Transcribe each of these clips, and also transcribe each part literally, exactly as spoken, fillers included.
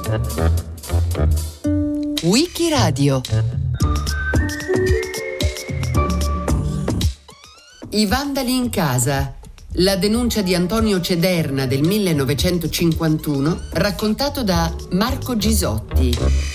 Wikiradio. I vandali in casa. La denuncia di Antonio Cederna del millenovecentocinquantuno, raccontato da Marco Gisotti.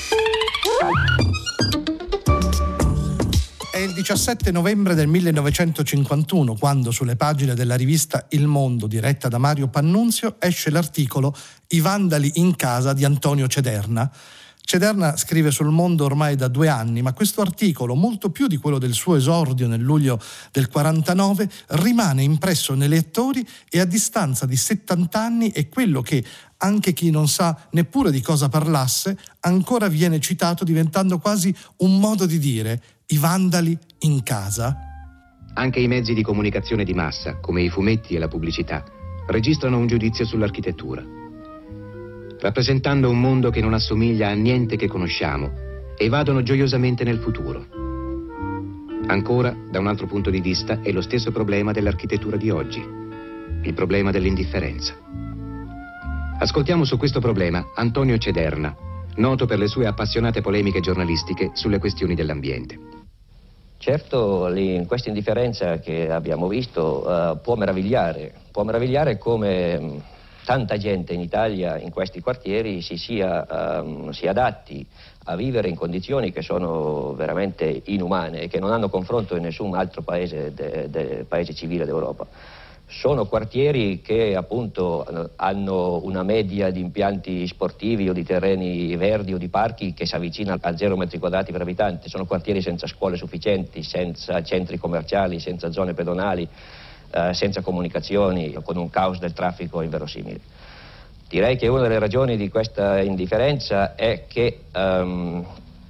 È il diciassette novembre del millenovecentocinquantuno quando sulle pagine della rivista Il Mondo, diretta da Mario Pannunzio, esce l'articolo I vandali in casa di Antonio Cederna. Cederna scrive sul Mondo ormai da due anni, ma questo articolo, molto più di quello del suo esordio nel luglio del quarantanove, rimane impresso nei lettori e a distanza di settanta anni è quello che, anche chi non sa neppure di cosa parlasse, ancora viene citato diventando quasi un modo di dire: i vandali in casa. Anche i mezzi di comunicazione di massa, come i fumetti e la pubblicità, registrano un giudizio sull'architettura, rappresentando un mondo che non assomiglia a niente che conosciamo, evadono gioiosamente nel futuro. Ancora, da un altro punto di vista, è lo stesso problema dell'architettura di oggi, il problema dell'indifferenza. Ascoltiamo su questo problema Antonio Cederna, noto per le sue appassionate polemiche giornalistiche sulle questioni dell'ambiente. Certo, questa indifferenza che abbiamo visto uh, può meravigliare, può meravigliare come um, tanta gente in Italia, in questi quartieri, si, sia, um, si adatti a vivere in condizioni che sono veramente inumane e che non hanno confronto in nessun altro paese, de, de, paese civile d'Europa. Sono quartieri che appunto hanno una media di impianti sportivi o di terreni verdi o di parchi che si avvicina a zero metri quadrati per abitante. Sono quartieri senza scuole sufficienti, senza centri commerciali, senza zone pedonali, eh, senza comunicazioni, con un caos del traffico inverosimile. Direi che una delle ragioni di questa indifferenza è che, um,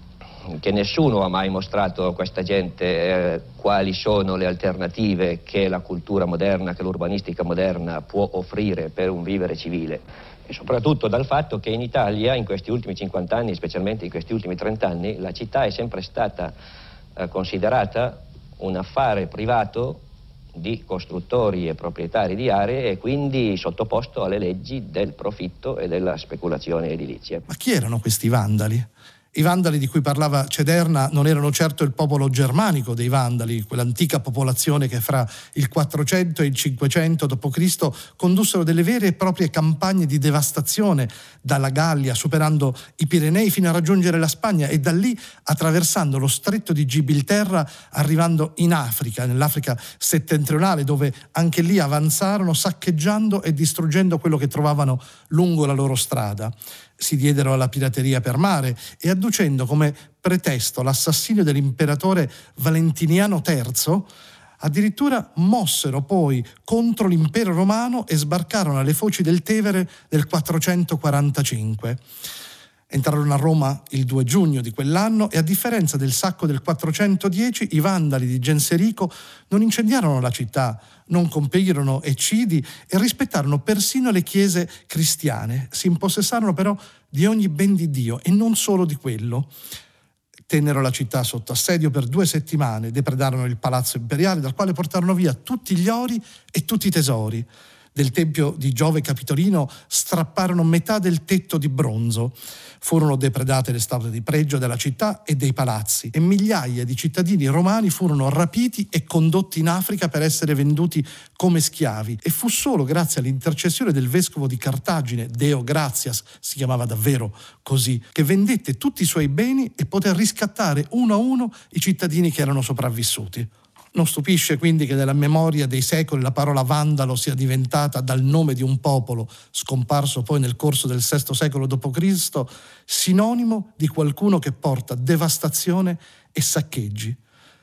che nessuno ha mai mostrato a questa gente eh, quali sono le alternative che la cultura moderna, che l'urbanistica moderna può offrire per un vivere civile, e soprattutto dal fatto che in Italia in questi ultimi cinquanta anni, specialmente in questi ultimi trenta anni, la città è sempre stata eh, considerata un affare privato di costruttori e proprietari di aree e quindi sottoposto alle leggi del profitto e della speculazione edilizia. Ma chi erano questi vandali? I vandali di cui parlava Cederna non erano certo il popolo germanico dei vandali, quell'antica popolazione che fra il quattrocento e il cinquecento dopo Cristo condussero delle vere e proprie campagne di devastazione dalla Gallia, superando i Pirenei fino a raggiungere la Spagna e da lì attraversando lo stretto di Gibilterra, arrivando in Africa, nell'Africa settentrionale, dove anche lì avanzarono saccheggiando e distruggendo quello che trovavano lungo la loro strada. Si diedero alla pirateria per mare e adducendo come pretesto l'assassinio dell'imperatore Valentiniano terzo, addirittura mossero poi contro l'impero romano e sbarcarono alle foci del Tevere nel quattrocentoquarantacinque. Entrarono a Roma il due giugno di quell'anno e, a differenza del sacco del quattrocentodieci, i vandali di Genserico non incendiarono la città, non compirono eccidi e rispettarono persino le chiese cristiane. Si impossessarono però di ogni ben di Dio e non solo di quello. Tennero la città sotto assedio per due settimane, depredarono il palazzo imperiale dal quale portarono via tutti gli ori e tutti i tesori. Del tempio di Giove Capitolino strapparono metà del tetto di bronzo. Furono depredate le statue di pregio della città e dei palazzi e migliaia di cittadini romani furono rapiti e condotti in Africa per essere venduti come schiavi. E fu solo grazie all'intercessione del vescovo di Cartagine, Deo Gratias, si chiamava davvero così, che vendette tutti i suoi beni e poté riscattare uno a uno i cittadini che erano sopravvissuti. Non stupisce quindi che nella memoria dei secoli la parola vandalo sia diventata, dal nome di un popolo scomparso poi nel corso del sesto secolo dopo Cristo, sinonimo di qualcuno che porta devastazione e saccheggi.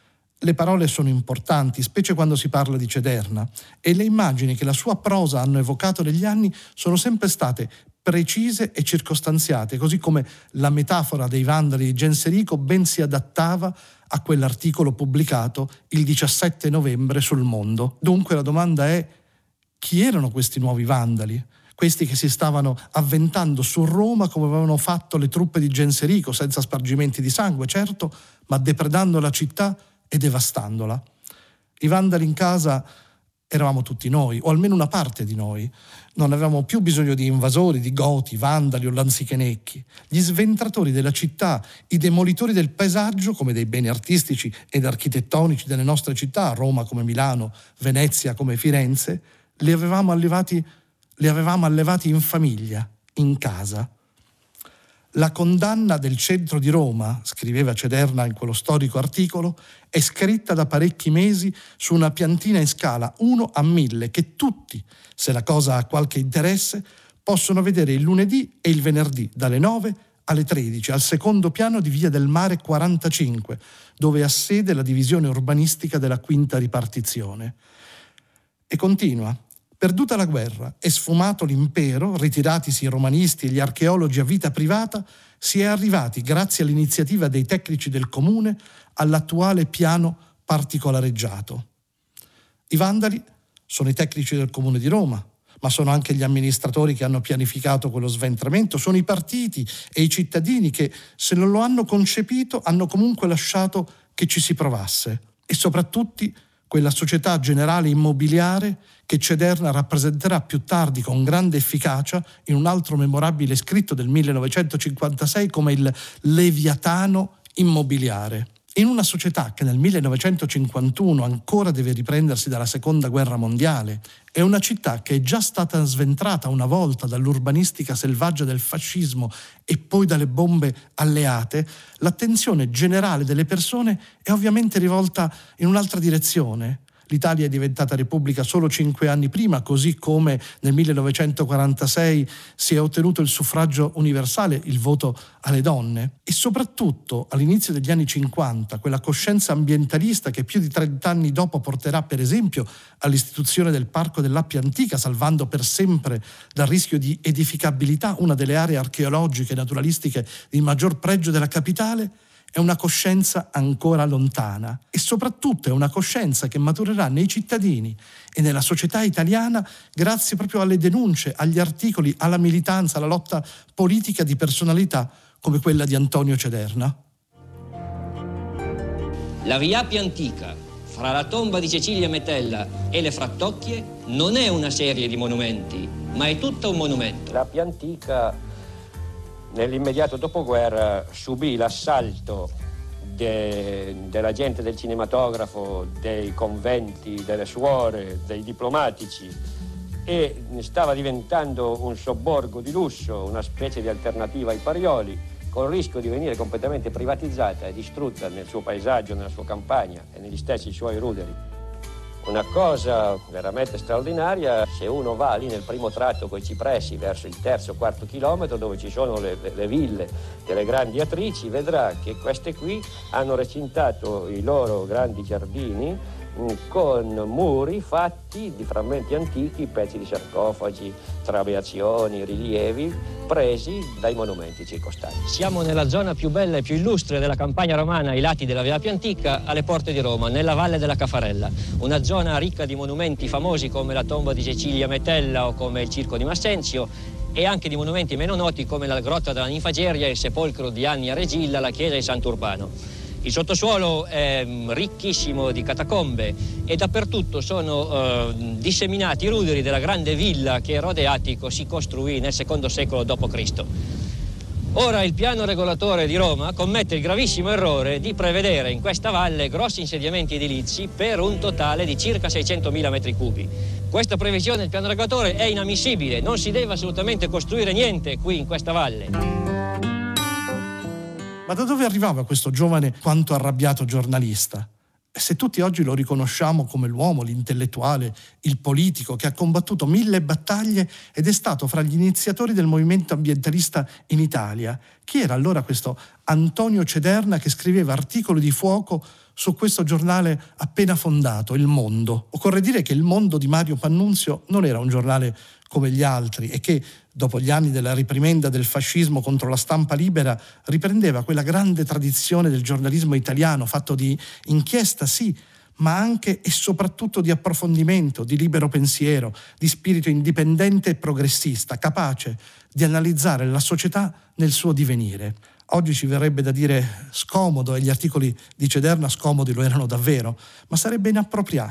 Le parole sono importanti, specie quando si parla di Cederna, e le immagini che la sua prosa hanno evocato negli anni sono sempre state precise e circostanziate, così come la metafora dei vandali di Genserico ben si adattava a quell'articolo pubblicato il diciassette novembre sul Mondo. Dunque la domanda è: chi erano questi nuovi vandali? Questi che si stavano avventando su Roma come avevano fatto le truppe di Genserico, senza spargimenti di sangue, certo, ma depredando la città e devastandola. I vandali in casa eravamo tutti noi, o almeno una parte di noi. Non avevamo più bisogno di invasori, di goti, vandali o lanzichenecchi. Gli sventratori della città, i demolitori del paesaggio, come dei beni artistici ed architettonici delle nostre città, Roma come Milano, Venezia come Firenze, li avevamo allevati, li avevamo allevati in famiglia, in casa. La condanna del centro di Roma, scriveva Cederna in quello storico articolo, è scritta da parecchi mesi su una piantina in scala uno a mille che tutti, se la cosa ha qualche interesse, possono vedere il lunedì e il venerdì dalle nove alle tredici al secondo piano di Via del Mare quarantacinque, dove ha sede la divisione urbanistica della quinta ripartizione. E continua. Perduta la guerra e sfumato l'impero, ritiratisi i romanisti e gli archeologi a vita privata, si è arrivati, grazie all'iniziativa dei tecnici del comune, all'attuale piano particolareggiato. I vandali sono i tecnici del comune di Roma, ma sono anche gli amministratori che hanno pianificato quello sventramento, sono i partiti e i cittadini che, se non lo hanno concepito, hanno comunque lasciato che ci si provasse. E soprattutto quella società generale immobiliare che Cederna rappresenterà più tardi con grande efficacia in un altro memorabile scritto del millenovecentocinquantasei come il Leviatano immobiliare. In una società che nel millenovecentocinquantuno ancora deve riprendersi dalla seconda guerra mondiale, è una città che è già stata sventrata una volta dall'urbanistica selvaggia del fascismo e poi dalle bombe alleate, l'attenzione generale delle persone è ovviamente rivolta in un'altra direzione. L'Italia è diventata repubblica solo cinque anni prima, così come nel millenovecentoquarantasei si è ottenuto il suffragio universale, il voto alle donne. E soprattutto all'inizio degli anni cinquanta, quella coscienza ambientalista che più di trent'anni dopo porterà per esempio all'istituzione del Parco dell'Appia Antica, salvando per sempre dal rischio di edificabilità una delle aree archeologiche e naturalistiche di maggior pregio della capitale, è una coscienza ancora lontana e soprattutto è una coscienza che maturerà nei cittadini e nella società italiana grazie proprio alle denunce, agli articoli, alla militanza, alla lotta politica di personalità come quella di Antonio Cederna. La Via Appia Antica, fra la tomba di Cecilia Metella e le Frattocchie, non è una serie di monumenti, ma è tutto un monumento. La Appia Antica nell'immediato dopoguerra subì l'assalto de, della gente del cinematografo, dei conventi, delle suore, dei diplomatici e stava diventando un sobborgo di lusso, una specie di alternativa ai Parioli, con il rischio di venire completamente privatizzata e distrutta nel suo paesaggio, nella sua campagna e negli stessi suoi ruderi. Una cosa veramente straordinaria, se uno va lì nel primo tratto con i cipressi verso il terzo o quarto chilometro dove ci sono le, le, le ville delle grandi attrici, vedrà che queste qui hanno recintato i loro grandi giardini con muri fatti di frammenti antichi, pezzi di sarcofagi, trabeazioni, rilievi presi dai monumenti circostanti. Siamo nella zona più bella e più illustre della campagna romana ai lati della Via Appia Antica, alle porte di Roma, nella Valle della Caffarella. Una zona ricca di monumenti famosi come la tomba di Cecilia Metella o come il circo di Massenzio e anche di monumenti meno noti come la grotta della Ninfageria e il sepolcro di Anni a Regilla, la chiesa di Sant'Urbano. Il sottosuolo è ricchissimo di catacombe e dappertutto sono eh, disseminati i ruderi della grande villa che Erode Attico si costruì nel secondo secolo dopo Cristo. Ora il piano regolatore di Roma commette il gravissimo errore di prevedere in questa valle grossi insediamenti edilizi per un totale di circa seicentomila metri cubi. Questa previsione del piano regolatore è inammissibile, non si deve assolutamente costruire niente qui in questa valle. Ma da dove arrivava questo giovane quanto arrabbiato giornalista? E se tutti oggi lo riconosciamo come l'uomo, l'intellettuale, il politico che ha combattuto mille battaglie ed è stato fra gli iniziatori del movimento ambientalista in Italia, chi era allora questo Antonio Cederna che scriveva articoli di fuoco su questo giornale appena fondato, Il Mondo? Occorre dire che Il Mondo di Mario Pannunzio non era un giornale come gli altri e che, dopo gli anni della riprimenda del fascismo contro la stampa libera, riprendeva quella grande tradizione del giornalismo italiano fatto di inchiesta, sì, ma anche e soprattutto di approfondimento, di libero pensiero, di spirito indipendente e progressista, capace di analizzare la società nel suo divenire. Oggi ci verrebbe da dire scomodo, e gli articoli di Cederna scomodi lo erano davvero, ma sarebbe inappropriato.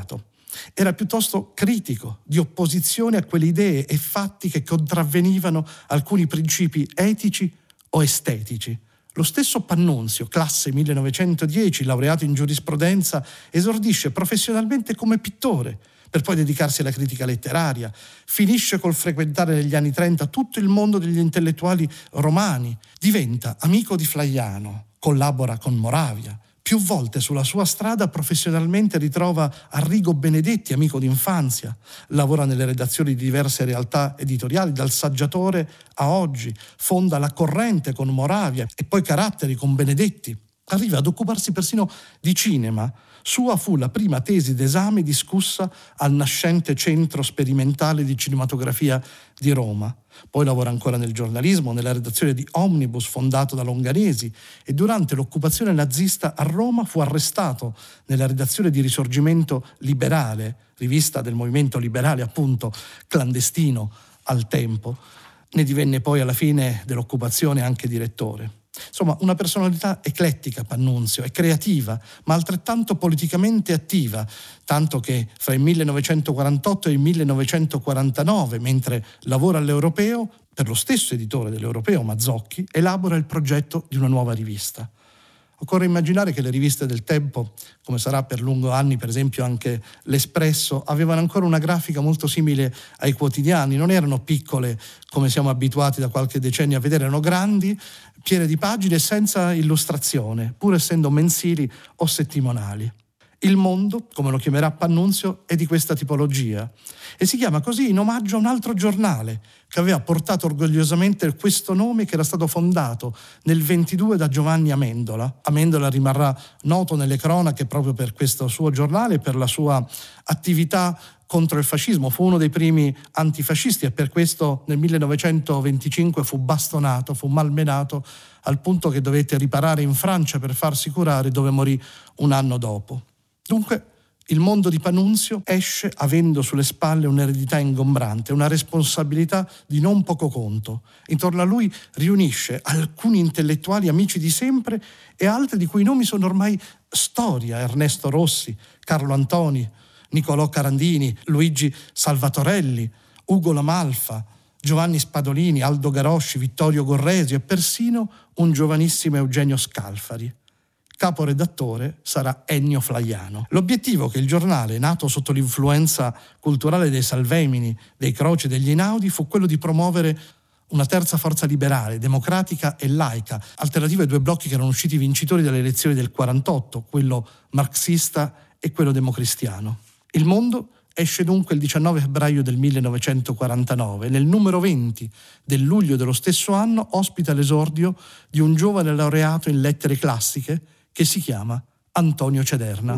Era piuttosto critico, di opposizione a quelle idee e fatti che contravvenivano alcuni principi etici o estetici. Lo stesso Pannunzio, classe millenovecentodieci, laureato in giurisprudenza, esordisce professionalmente come pittore, per poi dedicarsi alla critica letteraria. Finisce col frequentare negli anni trenta tutto il mondo degli intellettuali romani, diventa amico di Flaiano, collabora con Moravia. Più volte sulla sua strada professionalmente ritrova Arrigo Benedetti, amico d'infanzia. Lavora nelle redazioni di diverse realtà editoriali, dal Saggiatore a Oggi. Fonda La Corrente con Moravia e poi Caratteri con Benedetti. Arriva ad occuparsi persino di cinema. Sua fu la prima tesi d'esame discussa al nascente Centro Sperimentale di Cinematografia di Roma. Poi lavora ancora nel giornalismo, nella redazione di Omnibus fondato da Longanesi, e durante l'occupazione nazista a Roma fu arrestato nella redazione di Risorgimento Liberale, rivista del movimento liberale appunto clandestino al tempo. Ne divenne poi alla fine dell'occupazione anche direttore. Insomma, una personalità eclettica Pannunzio, è creativa, ma altrettanto politicamente attiva, tanto che fra il millenovecentoquarantotto e il millenovecentoquarantanove, mentre lavora all'Europeo, per lo stesso editore dell'Europeo, Mazzocchi, elabora il progetto di una nuova rivista. Occorre immaginare che le riviste del tempo, come sarà per lungo anni per esempio anche l'Espresso, avevano ancora una grafica molto simile ai quotidiani, non erano piccole come siamo abituati da qualche decennio a vedere, erano grandi, piene di pagine e senza illustrazione, pur essendo mensili o settimanali. Il Mondo, come lo chiamerà Pannunzio, è di questa tipologia e si chiama così in omaggio a un altro giornale che aveva portato orgogliosamente questo nome, che era stato fondato nel ventidue da Giovanni Amendola. Amendola rimarrà noto nelle cronache proprio per questo suo giornale e per la sua attività contro il fascismo. Fu uno dei primi antifascisti e per questo nel millenovecentoventicinque fu bastonato, fu malmenato al punto che dovette riparare in Francia per farsi curare, dove morì un anno dopo. Dunque, il Mondo di Pannunzio esce avendo sulle spalle un'eredità ingombrante, una responsabilità di non poco conto. Intorno a lui riunisce alcuni intellettuali amici di sempre e altri di cui i nomi sono ormai storia: Ernesto Rossi, Carlo Antoni, Niccolò Carandini, Luigi Salvatorelli, Ugo La Malfa, Giovanni Spadolini, Aldo Garosci, Vittorio Gorresio e persino un giovanissimo Eugenio Scalfari. Caporedattore sarà Ennio Flaiano. L'obiettivo che il giornale, nato sotto l'influenza culturale dei Salvemini, dei Croci e degli Einaudi, fu quello di promuovere una terza forza liberale, democratica e laica, alternativa ai due blocchi che erano usciti vincitori dalle elezioni del quarantotto, quello marxista e quello democristiano. Il Mondo esce dunque il diciannove febbraio del millenovecentoquarantanove. Nel numero venti del luglio dello stesso anno ospita l'esordio di un giovane laureato in lettere classiche che si chiama Antonio Cederna.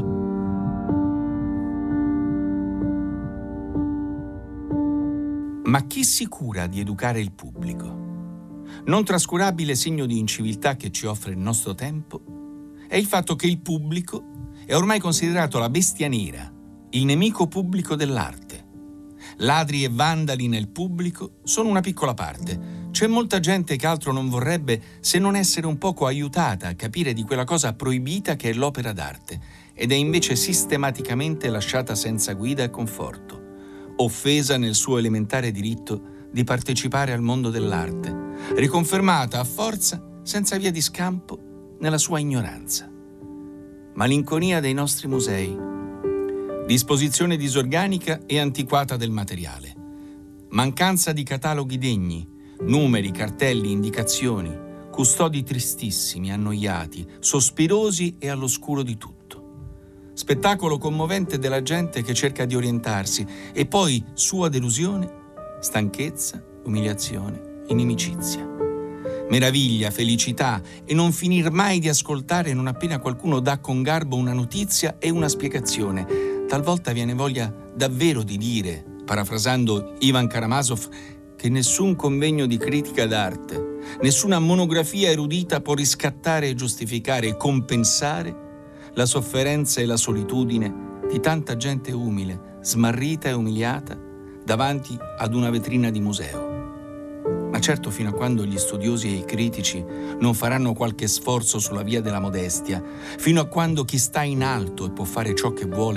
Ma chi si cura di educare il pubblico? Non trascurabile segno di inciviltà che ci offre il nostro tempo è il fatto che il pubblico è ormai considerato la bestia nera, il nemico pubblico dell'arte. Ladri e vandali nel pubblico sono una piccola parte. C'è molta gente che altro non vorrebbe se non essere un poco aiutata a capire di quella cosa proibita che è l'opera d'arte, ed è invece sistematicamente lasciata senza guida e conforto, offesa nel suo elementare diritto di partecipare al mondo dell'arte, riconfermata a forza, senza via di scampo, nella sua ignoranza. Malinconia dei nostri musei, disposizione disorganica e antiquata del materiale, mancanza di cataloghi degni, numeri, cartelli, indicazioni, custodi tristissimi, annoiati, sospirosi e all'oscuro di tutto. Spettacolo commovente della gente che cerca di orientarsi e poi sua delusione, stanchezza, umiliazione, inimicizia. Meraviglia, felicità e non finir mai di ascoltare non appena qualcuno dà con garbo una notizia e una spiegazione. Talvolta viene voglia davvero di dire, parafrasando Ivan Karamazov, che nessun convegno di critica d'arte, nessuna monografia erudita può riscattare e giustificare e compensare la sofferenza e la solitudine di tanta gente umile, smarrita e umiliata davanti ad una vetrina di museo. Ma certo, fino a quando gli studiosi e i critici non faranno qualche sforzo sulla via della modestia, fino a quando chi sta in alto e può fare ciò che vuole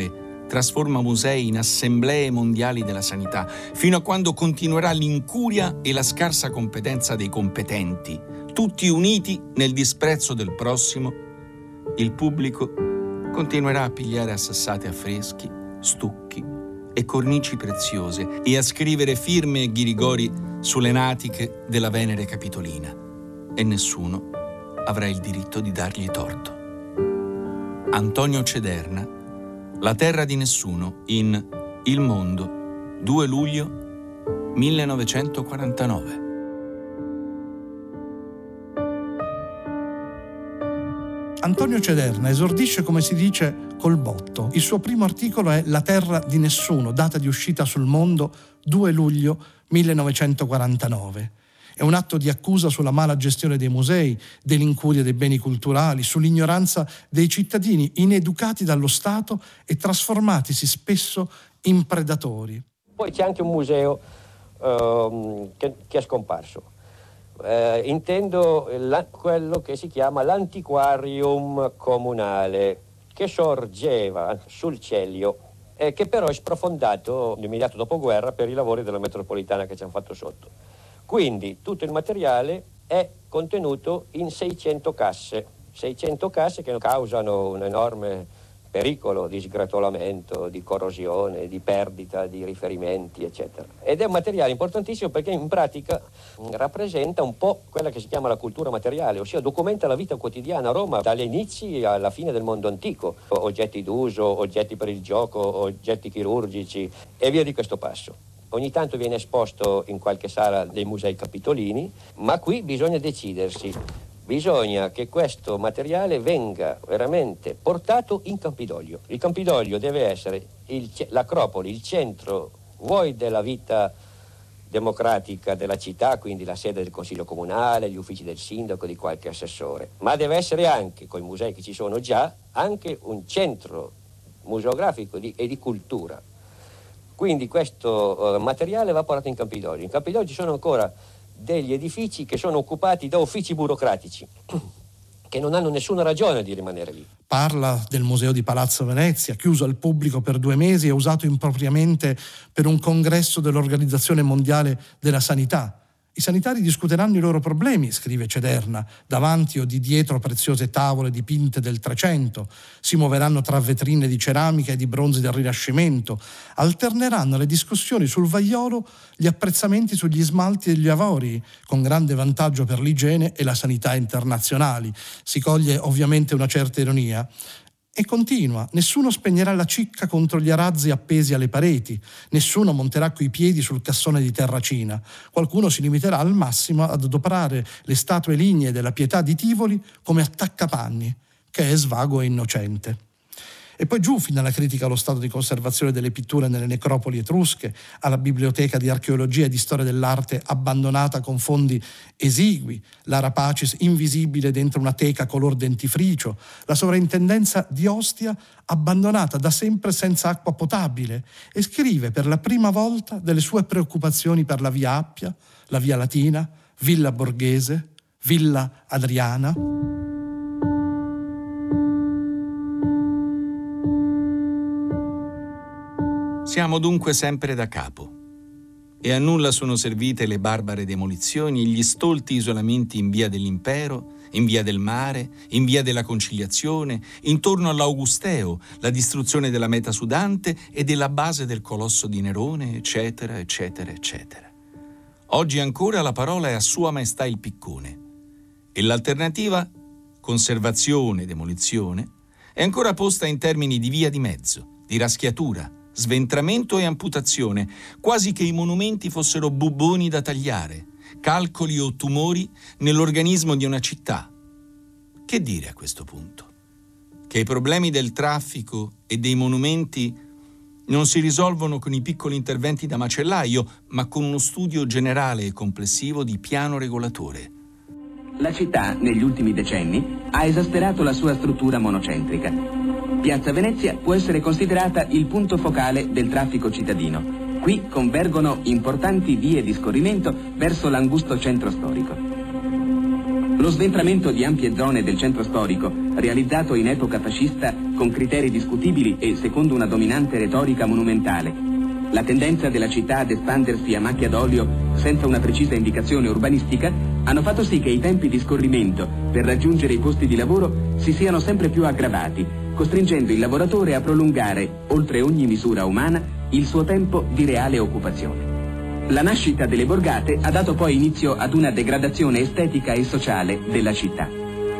trasforma musei in assemblee mondiali della sanità, fino a quando continuerà l'incuria e la scarsa competenza dei competenti, tutti uniti nel disprezzo del prossimo, il pubblico continuerà a pigliare a sassate affreschi, stucchi e cornici preziose e a scrivere firme e ghirigori sulle natiche della Venere Capitolina, e nessuno avrà il diritto di dargli torto. Antonio Cederna, La terra di nessuno, in Il Mondo, due luglio millenovecentoquarantanove. Antonio Cederna esordisce, come si dice, col botto. Il suo primo articolo è La terra di nessuno, data di uscita sul Mondo due luglio millenovecentoquarantanove. È un atto di accusa sulla mala gestione dei musei, dell'incuria dei beni culturali, sull'ignoranza dei cittadini ineducati dallo Stato e trasformatisi spesso in predatori. Poi c'è anche un museo uh, che, che è scomparso. Uh, intendo la, quello che si chiama l'antiquarium comunale, che sorgeva sul Celio, eh, che però è sprofondato nell'immediato dopoguerra per i lavori della metropolitana che ci hanno fatto sotto. Quindi tutto il materiale è contenuto in seicento casse, seicento casse che causano un enorme pericolo di sgretolamento, di corrosione, di perdita di riferimenti, eccetera. Ed è un materiale importantissimo perché in pratica rappresenta un po' quella che si chiama la cultura materiale, ossia documenta la vita quotidiana a Roma dagli inizi alla fine del mondo antico, oggetti d'uso, oggetti per il gioco, oggetti chirurgici e via di questo passo. Ogni tanto viene esposto in qualche sala dei musei capitolini, ma qui bisogna decidersi. Bisogna che questo materiale venga veramente portato in Campidoglio. Il Campidoglio deve essere il, l'Acropoli, il centro vuoi della vita democratica della città, quindi la sede del Consiglio Comunale, gli uffici del sindaco, di qualche assessore, ma deve essere anche, con i musei che ci sono già, anche un centro museografico di, e di cultura. Quindi questo uh, materiale va portato in Campidoglio. In Campidoglio ci sono ancora degli edifici che sono occupati da uffici burocratici che non hanno nessuna ragione di rimanere lì. Parla del Museo di Palazzo Venezia, chiuso al pubblico per due mesi e usato impropriamente per un congresso dell'Organizzazione Mondiale della Sanità. I sanitari discuteranno i loro problemi, scrive Cederna, davanti o di dietro preziose tavole dipinte del Trecento, si muoveranno tra vetrine di ceramica e di bronzi del Rinascimento, alterneranno le discussioni sul vaiolo gli apprezzamenti sugli smalti e gli avori, con grande vantaggio per l'igiene e la sanità internazionali. Si coglie ovviamente una certa ironia. E continua, nessuno spegnerà la cicca contro gli arazzi appesi alle pareti, nessuno monterà coi piedi sul cassone di terracina, qualcuno si limiterà al massimo ad adoperare le statue lignee della Pietà di Tivoli come attaccapanni, che è svago e innocente. E poi giù fino alla critica allo stato di conservazione delle pitture nelle necropoli etrusche, alla biblioteca di archeologia e di storia dell'arte abbandonata con fondi esigui, l'ara pacis invisibile dentro una teca color dentifricio, la sovrintendenza di Ostia abbandonata da sempre senza acqua potabile, e scrive per la prima volta delle sue preoccupazioni per la via Appia, la via Latina, Villa Borghese, Villa Adriana. Siamo dunque sempre da capo, e a nulla sono servite le barbare demolizioni e gli stolti isolamenti in via dell'Impero, in via del Mare, in via della Conciliazione, intorno all'Augusteo, la distruzione della Meta Sudante e della base del Colosso di Nerone, eccetera, eccetera, eccetera. Oggi ancora la parola è a Sua Maestà il Piccone, e l'alternativa, conservazione, demolizione, è ancora posta in termini di via di mezzo, di raschiatura, sventramento e amputazione, quasi che i monumenti fossero bubboni da tagliare, calcoli o tumori nell'organismo di una città. Che dire a questo punto? Che i problemi del traffico e dei monumenti non si risolvono con i piccoli interventi da macellaio, ma con uno studio generale e complessivo di piano regolatore. La città, negli ultimi decenni, ha esasperato la sua struttura monocentrica. Piazza Venezia può essere considerata il punto focale del traffico cittadino. Qui convergono importanti vie di scorrimento verso l'angusto centro storico. Lo sventramento di ampie zone del centro storico, realizzato in epoca fascista con criteri discutibili e secondo una dominante retorica monumentale, la tendenza della città ad espandersi a macchia d'olio senza una precisa indicazione urbanistica, hanno fatto sì che i tempi di scorrimento per raggiungere i posti di lavoro si siano sempre più aggravati, costringendo il lavoratore a prolungare, oltre ogni misura umana, il suo tempo di reale occupazione. La nascita delle borgate ha dato poi inizio ad una degradazione estetica e sociale della città.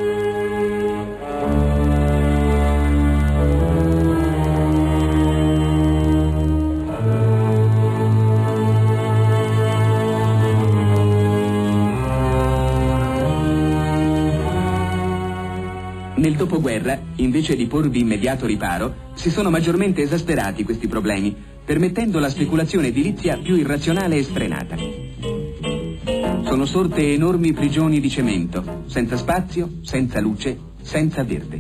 Nel dopoguerra, invece di porvi immediato riparo, si sono maggiormente esasperati questi problemi, permettendo la speculazione edilizia più irrazionale e sfrenata. Sono sorte enormi prigioni di cemento, senza spazio, senza luce, senza verde.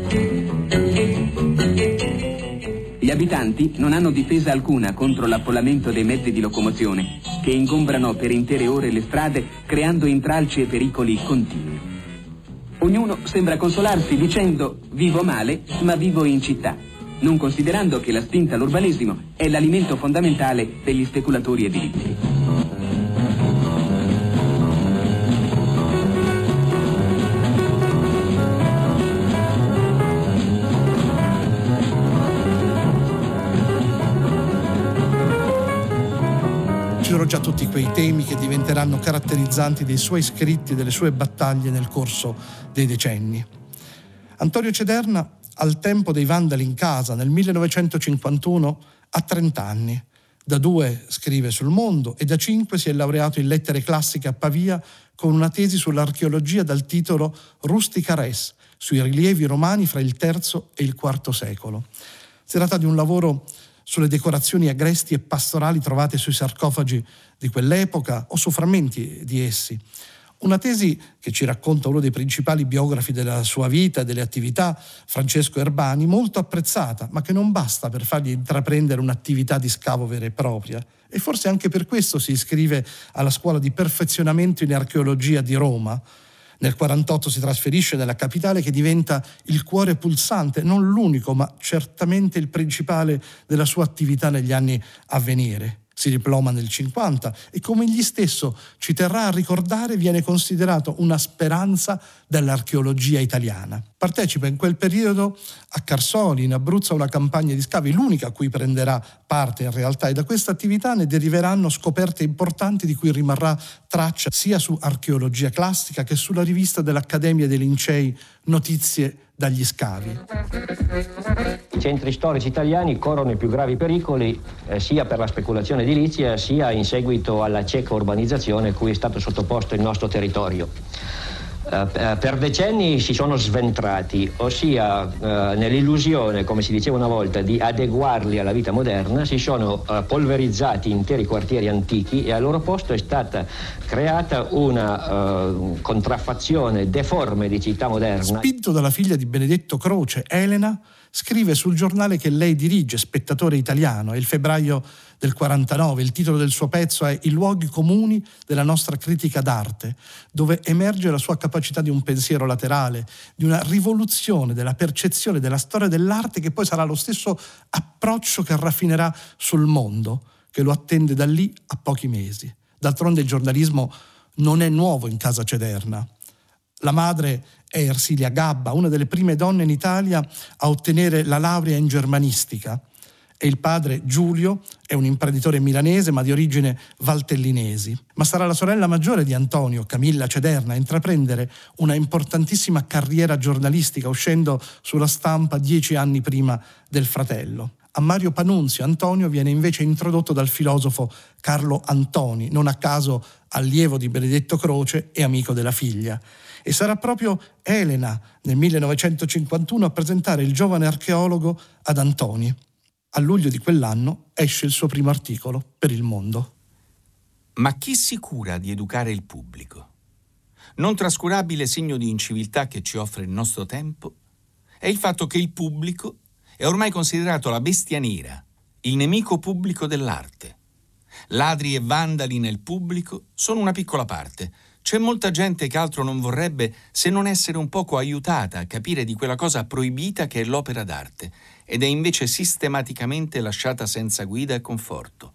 Gli abitanti non hanno difesa alcuna contro l'affollamento dei mezzi di locomozione, che ingombrano per intere ore le strade, creando intralci e pericoli continui. Ognuno sembra consolarsi dicendo vivo male, ma vivo in città, non considerando che la spinta all'urbanismo è l'alimento fondamentale degli speculatori edilizi. Ci sono già tutti quei temi che diventeranno caratterizzanti dei suoi scritti e delle sue battaglie nel corso dei decenni. Antonio Cederna, al tempo dei Vandali in casa, nel millenovecentocinquantuno, ha trenta anni. Da due scrive sul mondo e da cinque si è laureato in lettere classiche a Pavia con una tesi sull'archeologia dal titolo Rustica Res, sui rilievi romani fra il terzo e il quarto secolo. Si tratta di un lavoro sulle decorazioni agresti e pastorali trovate sui sarcofagi di quell'epoca o su frammenti di essi. Una tesi che ci racconta uno dei principali biografi della sua vita e delle attività, Francesco Erbani, molto apprezzata, ma che non basta per fargli intraprendere un'attività di scavo vera e propria. E forse anche per questo si iscrive alla scuola di perfezionamento in archeologia di Roma. Nel quarantotto si trasferisce nella capitale che diventa il cuore pulsante, non l'unico, ma certamente il principale della sua attività negli anni a venire. Si diploma nel cinquanta e, come egli stesso ci terrà a ricordare, viene considerato una speranza dell'archeologia italiana. Partecipa in quel periodo a Carsoli, in Abruzzo, a una campagna di scavi, l'unica a cui prenderà parte in realtà, e da questa attività ne deriveranno scoperte importanti di cui rimarrà traccia sia su Archeologia Classica che sulla rivista dell'Accademia dei Lincei Notizie dagli scavi. I centri storici italiani corrono i più gravi pericoli eh, sia per la speculazione edilizia sia in seguito alla cieca urbanizzazione cui è stato sottoposto il nostro territorio. Uh, per decenni si sono sventrati, ossia uh, nell'illusione, come si diceva una volta, di adeguarli alla vita moderna, si sono uh, polverizzati interi quartieri antichi e al loro posto è stata creata una uh, contraffazione deforme di città moderna. Spinto dalla figlia di Benedetto Croce, Elena scrive sul giornale che lei dirige, Spettatore Italiano. È il febbraio del quarantanove, il titolo del suo pezzo è I luoghi comuni della nostra critica d'arte, dove emerge la sua capacità di un pensiero laterale, di una rivoluzione della percezione della storia dell'arte, che poi sarà lo stesso approccio che raffinerà sul mondo, che lo attende da lì a pochi mesi. D'altronde il giornalismo non è nuovo in casa Cederna. La madre è Ersilia Gabba, una delle prime donne in Italia a ottenere la laurea in germanistica, e il padre Giulio è un imprenditore milanese ma di origine valtellinesi. Ma sarà la sorella maggiore di Antonio, Camilla Cederna, a intraprendere una importantissima carriera giornalistica, uscendo sulla stampa dieci anni prima del fratello. A Mario Panunzio Antonio viene invece introdotto dal filosofo Carlo Antoni, non a caso allievo di Benedetto Croce e amico della figlia. E sarà proprio Elena nel millenovecentocinquantuno a presentare il giovane archeologo ad Antoni. A luglio di quell'anno esce il suo primo articolo per Il Mondo. Ma chi si cura di educare il pubblico? Non trascurabile segno di inciviltà che ci offre il nostro tempo è il fatto che il pubblico è ormai considerato la bestia nera, il nemico pubblico dell'arte. Ladri e vandali nel pubblico sono una piccola parte, C'è molta gente che altro non vorrebbe se non essere un poco aiutata a capire di quella cosa proibita che è l'opera d'arte, ed è invece sistematicamente lasciata senza guida e conforto.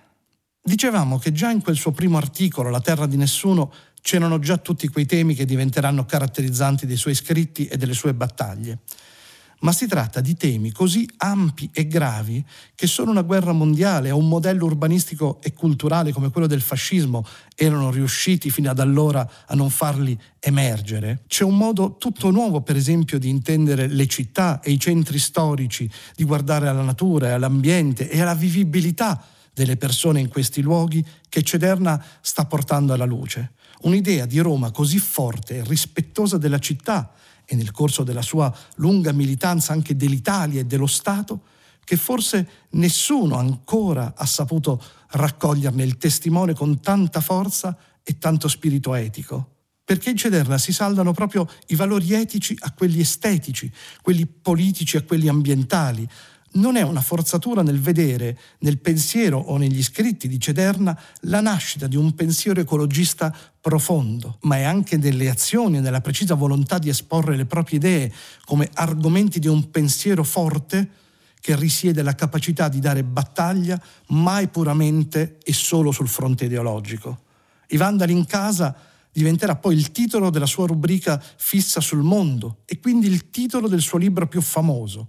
Dicevamo che già in quel suo primo articolo, La terra di nessuno, c'erano già tutti quei temi che diventeranno caratterizzanti dei suoi scritti e delle sue battaglie. Ma si tratta di temi così ampi e gravi che solo una guerra mondiale o un modello urbanistico e culturale come quello del fascismo erano riusciti fino ad allora a non farli emergere. C'è un modo tutto nuovo, per esempio, di intendere le città e i centri storici, di guardare alla natura e all'ambiente e alla vivibilità delle persone in questi luoghi che Cederna sta portando alla luce. Un'idea di Roma così forte e rispettosa della città e nel corso della sua lunga militanza anche dell'Italia e dello Stato, che forse nessuno ancora ha saputo raccoglierne il testimone con tanta forza e tanto spirito etico. Perché in Cederna si saldano proprio i valori etici a quelli estetici, quelli politici a quelli ambientali. Non è una forzatura nel vedere, nel pensiero o negli scritti di Cederna, la nascita di un pensiero ecologista profondo, ma è anche nelle azioni e nella precisa volontà di esporre le proprie idee come argomenti di un pensiero forte che risiede la capacità di dare battaglia mai puramente e solo sul fronte ideologico. I Vandali in casa diventerà poi il titolo della sua rubrica fissa sul mondo e quindi il titolo del suo libro più famoso.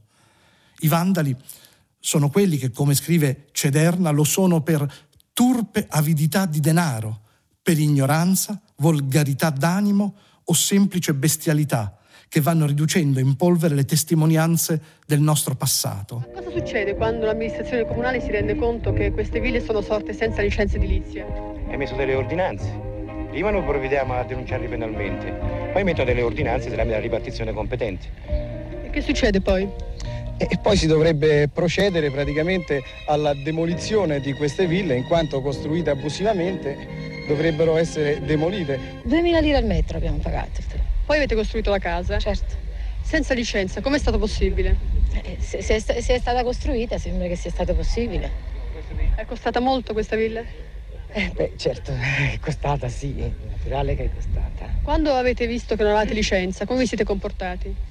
I Vandali sono quelli che, come scrive Cederna, lo sono per turpe avidità di denaro, per ignoranza, volgarità d'animo o semplice bestialità, che vanno riducendo in polvere le testimonianze del nostro passato. Ma cosa succede quando l'amministrazione comunale si rende conto che queste ville sono sorte senza licenza edilizia? Ha emesso delle ordinanze. Prima noi provvediamo a denunciarli penalmente, poi metto delle ordinanze della ripartizione competente. E che succede poi? E poi si dovrebbe procedere praticamente alla demolizione di queste ville, in quanto costruite abusivamente dovrebbero essere demolite. duemila lire al metro abbiamo pagato. Poi avete costruito la casa? Certo. Senza licenza, com'è stato possibile? Eh, se, se, è, se è stata costruita sembra che sia stato possibile. È costata molto questa villa? Eh, beh, certo, è costata, sì, è naturale che è costata. Quando avete visto che non avevate licenza, come vi siete comportati?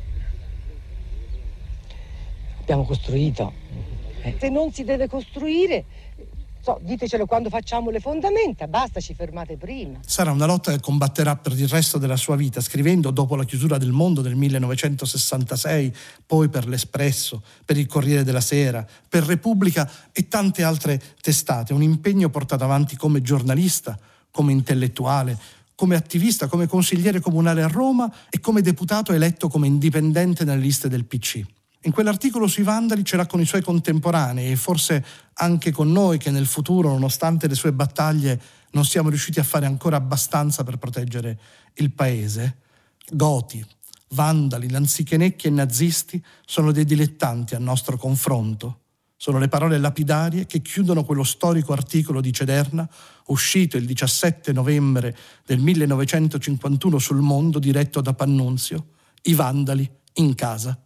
Abbiamo costruito. Eh. Se non si deve costruire, so, ditecelo quando facciamo le fondamenta, basta, ci fermate prima. Sarà una lotta che combatterà per il resto della sua vita, scrivendo dopo la chiusura del mondo del millenovecentosessantasei, poi per l'Espresso, per il Corriere della Sera, per Repubblica e tante altre testate. Un impegno portato avanti come giornalista, come intellettuale, come attivista, come consigliere comunale a Roma e come deputato eletto come indipendente nelle liste del P C. In quell'articolo sui Vandali ce l'ha con i suoi contemporanei e forse anche con noi che nel futuro, nonostante le sue battaglie, non siamo riusciti a fare ancora abbastanza per proteggere il paese. Goti, Vandali, lanzichenecchi e nazisti sono dei dilettanti al nostro confronto. Sono le parole lapidarie che chiudono quello storico articolo di Cederna, uscito il diciassette novembre del millenovecentocinquantuno sul Mondo, diretto da Pannunzio. I Vandali in casa.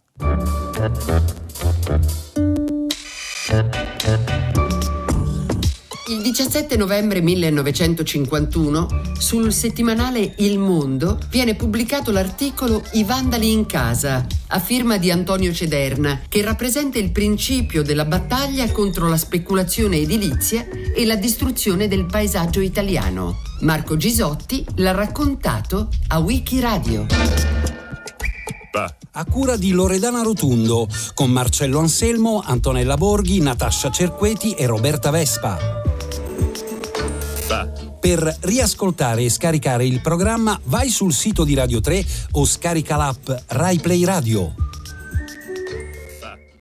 Il diciassette novembre millenovecentocinquantuno sul settimanale Il Mondo viene pubblicato l'articolo I Vandali in casa, a firma di Antonio Cederna, che rappresenta il principio della battaglia contro la speculazione edilizia e la distruzione del paesaggio italiano. Marco Gisotti l'ha raccontato a Wikiradio. A cura di Loredana Rotundo, con Marcello Anselmo, Antonella Borghi, Natascia Cerqueti e Roberta Vespa. Per riascoltare e scaricare il programma vai sul sito di Radio tre o scarica l'app Rai Play Radio.